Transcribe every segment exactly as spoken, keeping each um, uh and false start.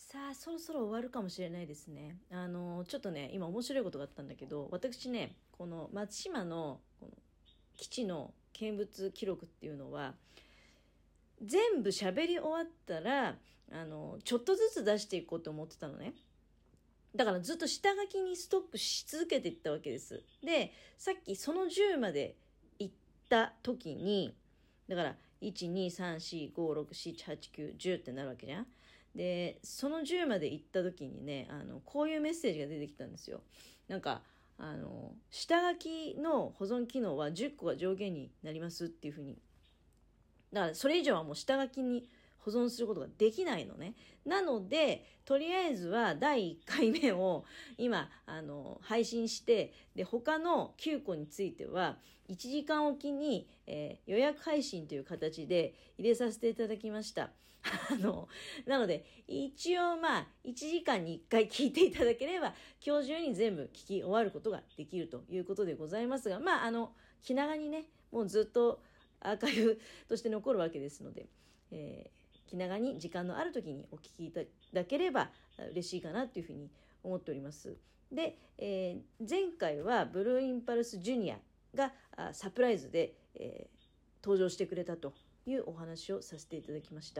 さあ、そろそろ終わるかもしれないですね。あの、ちょっとね、今面白いことがあったんだけど、私ね、この松島のこの基地の見物記録っていうのは、全部喋り終わったら、あの、ちょっとずつ出していこうと思ってたのね。だからずっと下書きにストップし続けていったわけです。で、さっきそのじゅうまで行った時に、だから、いち、に、さん、よん、ご、ろく、なな、はち、きゅう、じゅうってなるわけじゃん。で、そのじゅうまで行った時にね、あの、こういうメッセージが出てきたんですよ。なんか、あの、下書きの保存機能はじゅっこが上限になりますっていうふうに。だからそれ以上はもう下書きに保存することができないのね。なので、とりあえずはだいいっかいめを今、あの、配信して、で、他のきゅうこについては、いちじかんおきに、えー予約配信という形で入れさせていただきました。あの、なので、一応まあ、いちじかんにいっかい聞いていただければ、今日中に全部聞き終わることができるということでございますが、まあ、あの、気長にね、もうずっとアーカイブとして残るわけですので、えー気長に時間のある時にお聞きいただければ嬉しいかなというふうに思っております。で、えー前回はブルーインパルスジュニアがあサプライズで、えー登場してくれたというお話をさせていただきました。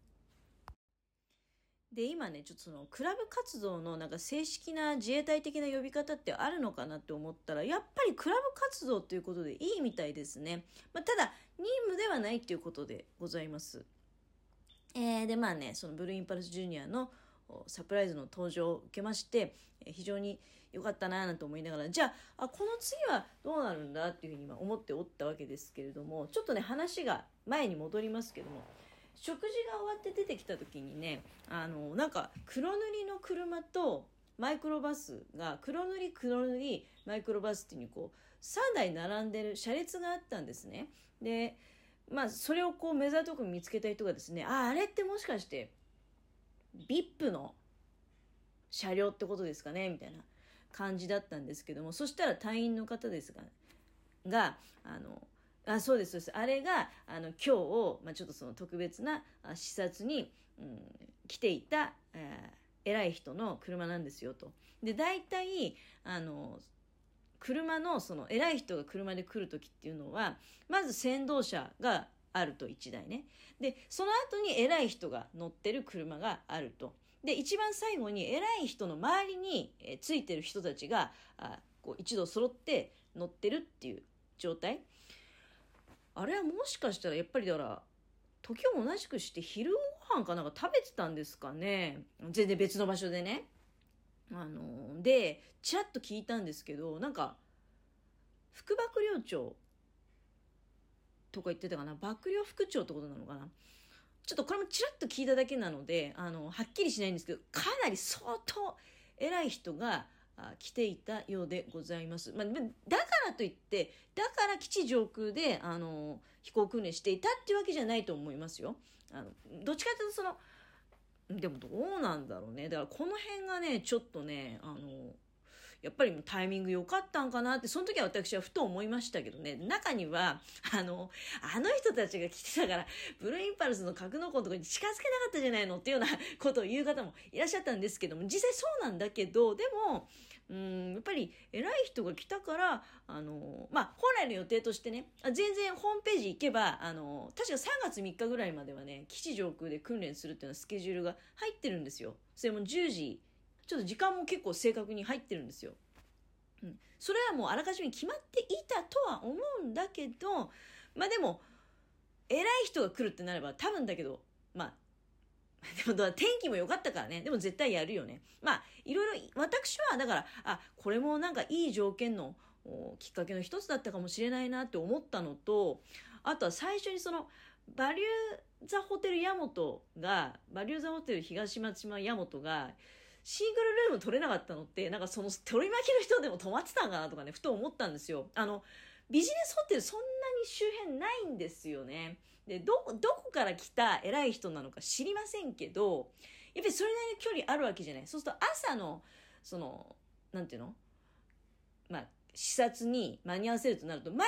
で、今ね、ちょっとそのクラブ活動のなんか正式な自衛隊的な呼び方ってあるのかなって思ったら、やっぱりクラブ活動ということでいいみたいですね。まあ、ただ、任務ではないということでございます。えーで、まあね、そのブルーインパルスジュニアのおサプライズの登場を受けまして、えー非常に良かったなぁなんて思いながら、じゃあ、あ、この次はどうなるんだっていうふうに今思っておったわけですけれども、ちょっとね、話が前に戻りますけども、食事が終わって出てきた時にね、あの、なんか黒塗りの車とマイクロバスが、黒塗り黒塗りマイクロバスっていうにこう、さんだい並んでる車列があったんですね。で、まあ、それをこう目ざとく見つけた人がですね、あ、あれってもしかして ブイアイピー の車両ってことですかねみたいな感じだったんですけども、そしたら隊員の方ですが、があのあそうですそうです、あれがあの今日、まあ、ちょっとその特別なあ視察に、うん、来ていた、えー偉い人の車なんですよと。で、大体あの車のその偉い人が車で来る時っていうのは、まず先導車があるといちだいね。で、その後に偉い人が乗ってる車があると。で、一番最後に偉い人の周りに、えーついてる人たちがあこう一度揃って乗ってるっていう状態。あれはもしかしたらやっぱりだから時を同じくして昼ご飯かなんか食べてたんですかね。全然別の場所でね。あのでちらっと聞いたんですけど、なんか副幕僚長とか言ってたかな、幕僚副長ってことなのかな。ちょっとこれもちらっと聞いただけなので、あのはっきりしないんですけど、かなり相当偉い人があ来ていたようでございます。まあ、だからといってだから基地上空であの飛行訓練していたっていうわけじゃないと思いますよ。あのどっちかというとそのでもどうなんだろうね。だからこの辺がねちょっとね、あのやっぱりタイミング良かったんかなって、その時は私はふと思いましたけどね。中には、あの、あの人たちが来てたから、ブルーインパルスの格納庫のところに近づけなかったじゃないのっていうようなことを言う方もいらっしゃったんですけども、実際そうなんだけど、でも、うん、やっぱり偉い人が来たから、あの、まあ、本来の予定としてね、全然ホームページ行けば、あの、確かさんがつみっかぐらいまではね、基地上空で訓練するっていうようなスケジュールが入ってるんですよ。それもじゅうじ、ちょっと時間も結構正確に入ってるんですよ。うん、それはもうあらかじめ決まっていたとは思うんだけど、まあでも偉い人が来るってなれば多分だけど、まあでも天気も良かったからね、でも絶対やるよね。まあいろいろ私はだから、あ、これもなんかいい条件のきっかけの一つだったかもしれないなって思ったのと、あとは最初にそのバリューザホテルヤモトがバリューザホテル東松島ヤモトがシングルルーム取れなかったのって、なんかその取り巻きの人でも泊まってたんかなとかね、ふと思ったんですよ。あの、ビジネスホテルそんなに周辺ないんですよね。で、ど、どこから来た偉い人なのか知りませんけど、やっぱりそれなりの距離あるわけじゃない。そうすると朝の、その、なんていうのまあ、視察に間に合わせるとなると、前乗りは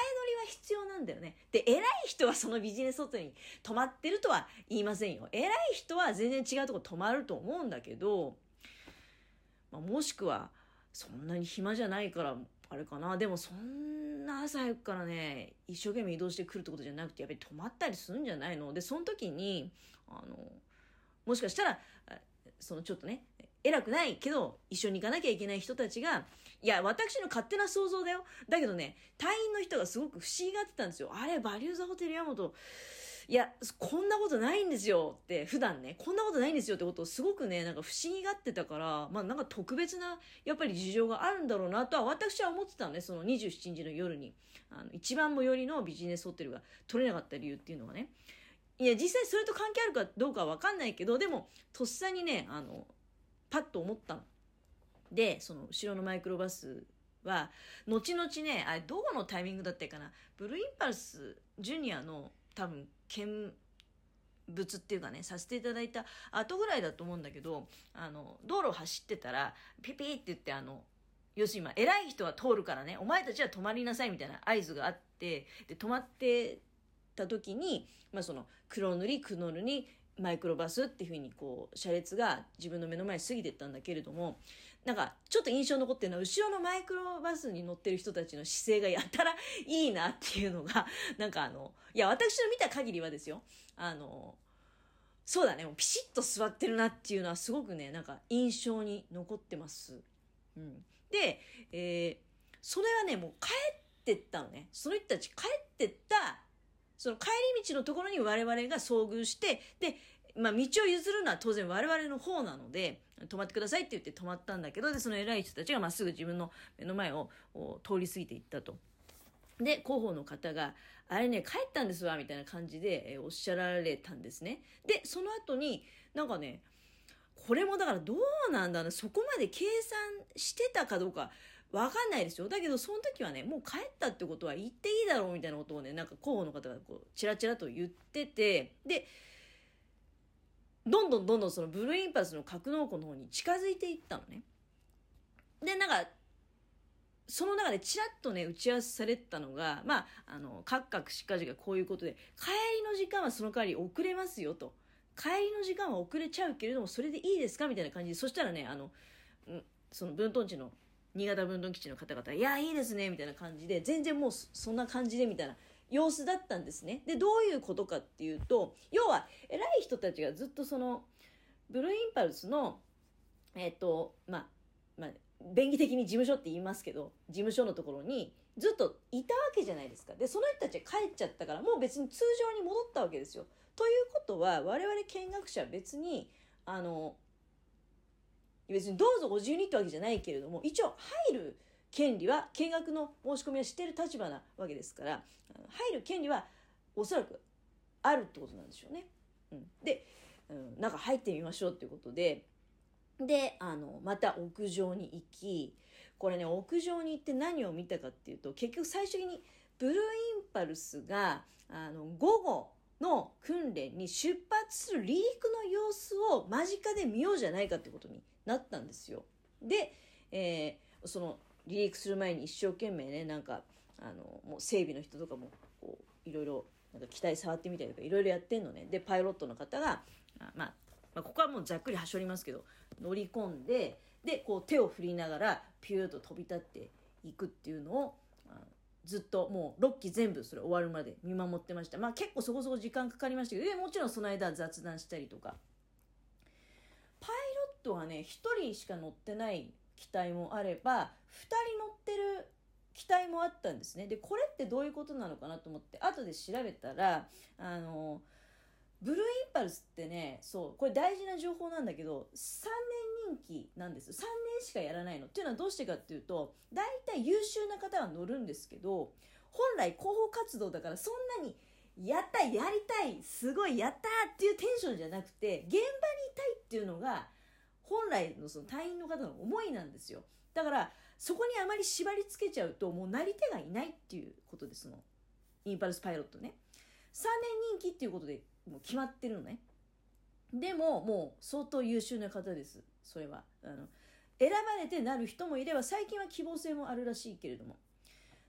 必要なんだよね。で、偉い人はそのビジネスホテルに泊まってるとは言いませんよ。偉い人は全然違うとこ泊まると思うんだけど、まあ、もしくはそんなに暇じゃないからあれかな。でもそんな朝早くからね一生懸命移動してくるってことじゃなくて、やっぱり泊まったりするんじゃないの。でその時にあのもしかしたらそのちょっとね偉くないけど一緒に行かなきゃいけない人たちが、いや私の勝手な想像だよ、だけどね隊員の人がすごく不思議がってたんですよ。あれバリューザホテル山本、いやこんなことないんですよって、普段ねこんなことないんですよってことをすごくねなんか不思議がってたから、まあなんか特別なやっぱり事情があるんだろうなとは私は思ってたのね。そのにじゅうしちにちの夜にあの一番最寄りのビジネスホテルが取れなかった理由っていうのはね、いや実際それと関係あるかどうかは分かんないけど、でもとっさにねあのパッと思ったので、その後ろのマイクロバスは後々ね、あれどこのタイミングだったかな、ブルーインパルスジュニアの多分見物っていうかねさせていただいた後ぐらいだと思うんだけど、あの道路を走ってたらピピーって言って、あの要するに今偉い人は通るからねお前たちは止まりなさいみたいな合図があって、で止まってた時に、まあ、その黒塗り黒塗りにマイクロバスっていう風にこう車列が自分の目の前に過ぎてったんだけれども、なんかちょっと印象に残ってるのは後ろのマイクロバスに乗ってる人たちの姿勢がやたらいいなっていうのがなんかあのいや私の見た限りはですよ、あのそうだねもうピシッと座ってるなっていうのはすごくねなんか印象に残ってます、うん、で、えー、それはねもう帰ってったのね。その人たち帰ってったその帰り道のところに我々が遭遇して、で、まあ、道を譲るのは当然我々の方なので止まってくださいって言って止まったんだけど、でその偉い人たちがまっすぐ自分の目の前を通り過ぎていったと。で広報の方があれね帰ったんですわみたいな感じで、えー、おっしゃられたんですね。でその後になんかねこれもだからどうなんだろう、そこまで計算してたかどうかわかんないですよ。だけどその時はねもう帰ったってことは言っていいだろうみたいなことをねなんか広報の方がこうチラチラと言ってて、でどんどんどんどんそのブルーインパルスの格納庫の方に近づいていったのね。でなんかその中でチラッとね打ち合わせされてたのが、まああの各々しっかりがこういうことで、帰りの時間はその代わり遅れますよと、帰りの時間は遅れちゃうけれどもそれでいいですかみたいな感じで、そしたらねあのその分屯地の新潟分屯基地の方々、いやいいですねみたいな感じで、全然もうそんな感じでみたいな様子だったんですね。でどういうことかっていうと、要は偉い人たちがずっとそのブルーインパルスのえっ、ー、とまあまあ便宜的に事務所って言いますけど事務所のところにずっといたわけじゃないですか。でその人たちが帰っちゃったからもう別に通常に戻ったわけですよ。ということは我々見学者は別にあの別にどうぞご自由にってわけじゃないけれども、一応入る権利は見学の申し込みはしている立場なわけですから、入る権利はおそらくあるってことなんでしょうね、うん、で、うん、なんか入ってみましょうっていうことでであのまた屋上に行き、これね屋上に行って何を見たかっていうと、結局最終的にブルーインパルスがあの午後の訓練に出発する離陸の様子を間近で見ようじゃないかってことになったんですよ。で、えー、その離陸する前に一生懸命ねなんかあのもう整備の人とかもこういろいろなんか機体触ってみたりとかいろいろやってんのね。でパイロットの方があ、まあ、まあここはもうざっくりはしょりますけど乗り込んででこう手を振りながらピューッと飛び立っていくっていうのをずっともうろっき全部それ終わるまで見守ってました。まあ結構そこそこ時間かかりましたけど、でもちろんその間雑談したりとか、パイロットがねひとりしか乗ってない機体もあればふたり乗ってる機体もあったんですね。でこれってどういうことなのかなと思って後で調べたら、あのブルーインパルスってね、そうこれ大事な情報なんだけどさんねん任期なんです。さんねんしかやらないのっていうのはどうしてかっていうと、大体優秀な方は乗るんですけど、本来広報活動だからそんなにやったやりたいすごいやったっていうテンションじゃなくて、現場にいたいっていうのが本来のその隊員の方の思いなんですよ。だからそこにあまり縛り付けちゃうともうなり手がいないっていうことです。のインパルスパイロットねさんねん任期っていうことでもう決まってるのね。でももう相当優秀な方です。それはあの選ばれてなる人もいれば最近は希望性もあるらしいけれども、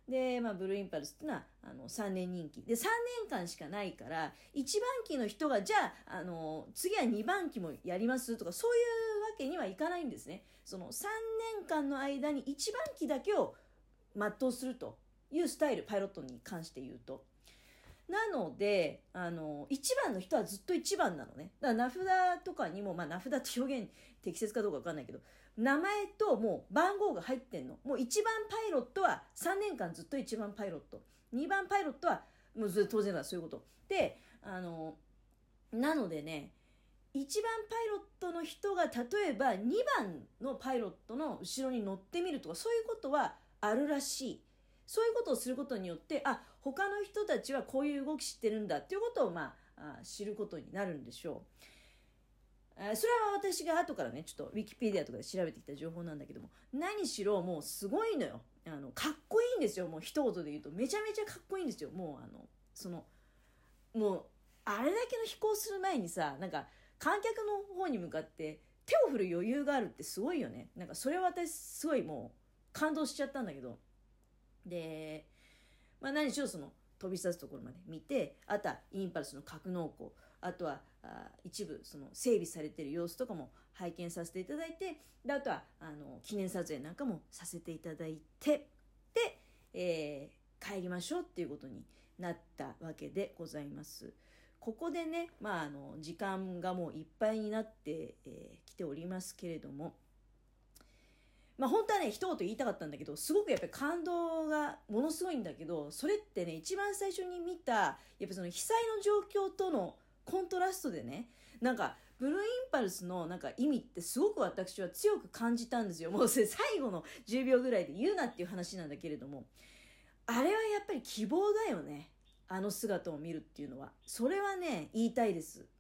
で、まあ、ブルーインパルスっていうのはあのさんねん人気でさんねんかんしかないから、いちばん機の人がじゃあ、あの次はにばん機もやりますとか、そういうわけにはいかないんですね。そのさんねんかんの間にいちばん機だけを全うするというスタイル、パイロットに関して言うと。なので、あの、いちばんの人はずっといちばんなのね。だから名札とかにも、まあ名札って表現適切かどうかわかんないけど、名前ともう番号が入ってんの。もういちばんパイロットはさんねんかんずっといちばんパイロット。にばんパイロットは、もう当然だ、そういうこと。で、あの、なのでね、いちばんパイロットの人が例えばにばんのパイロットの後ろに乗ってみるとか、そういうことはあるらしい。そういうことをすることによって、あ、他の人たちはこういう動き知ってるんだっていうことを、まあ、あ知ることになるんでしょう。あそれは私が後からね、ちょっとウィキペディアとかで調べてきた情報なんだけども、何しろもうすごいのよ。あの、かっこいいんですよ。もう一言で言うと。めちゃめちゃかっこいいんですよ。もうあの、その、もう、あれだけの飛行する前にさ、なんか、観客の方に向かって手を振る余裕があるってすごいよね。なんかそれは私すごいもう感動しちゃったんだけど。で、まあ、何しろその飛び立つところまで見て、あとはインパルスの格納庫、あとはあ一部その整備されている様子とかも拝見させていただいて、であとはあの記念撮影なんかもさせていただいて、で、えー、帰りましょうっていうことになったわけでございます。ここでね、まあ、あの時間がもういっぱいになってき、えー、ておりますけれども、まあ本当はね、一言言いたかったんだけど、すごくやっぱり感動がものすごいんだけど、それってね、一番最初に見た、やっぱりその被災の状況とのコントラストでね、なんか、ブルーインパルスのなんか意味ってすごく私は強く感じたんですよ。もうそれ最後のじゅうびょうぐらいで言うなっていう話なんだけれども、あれはやっぱり希望だよね。あの姿を見るっていうのは。それはね、言いたいです。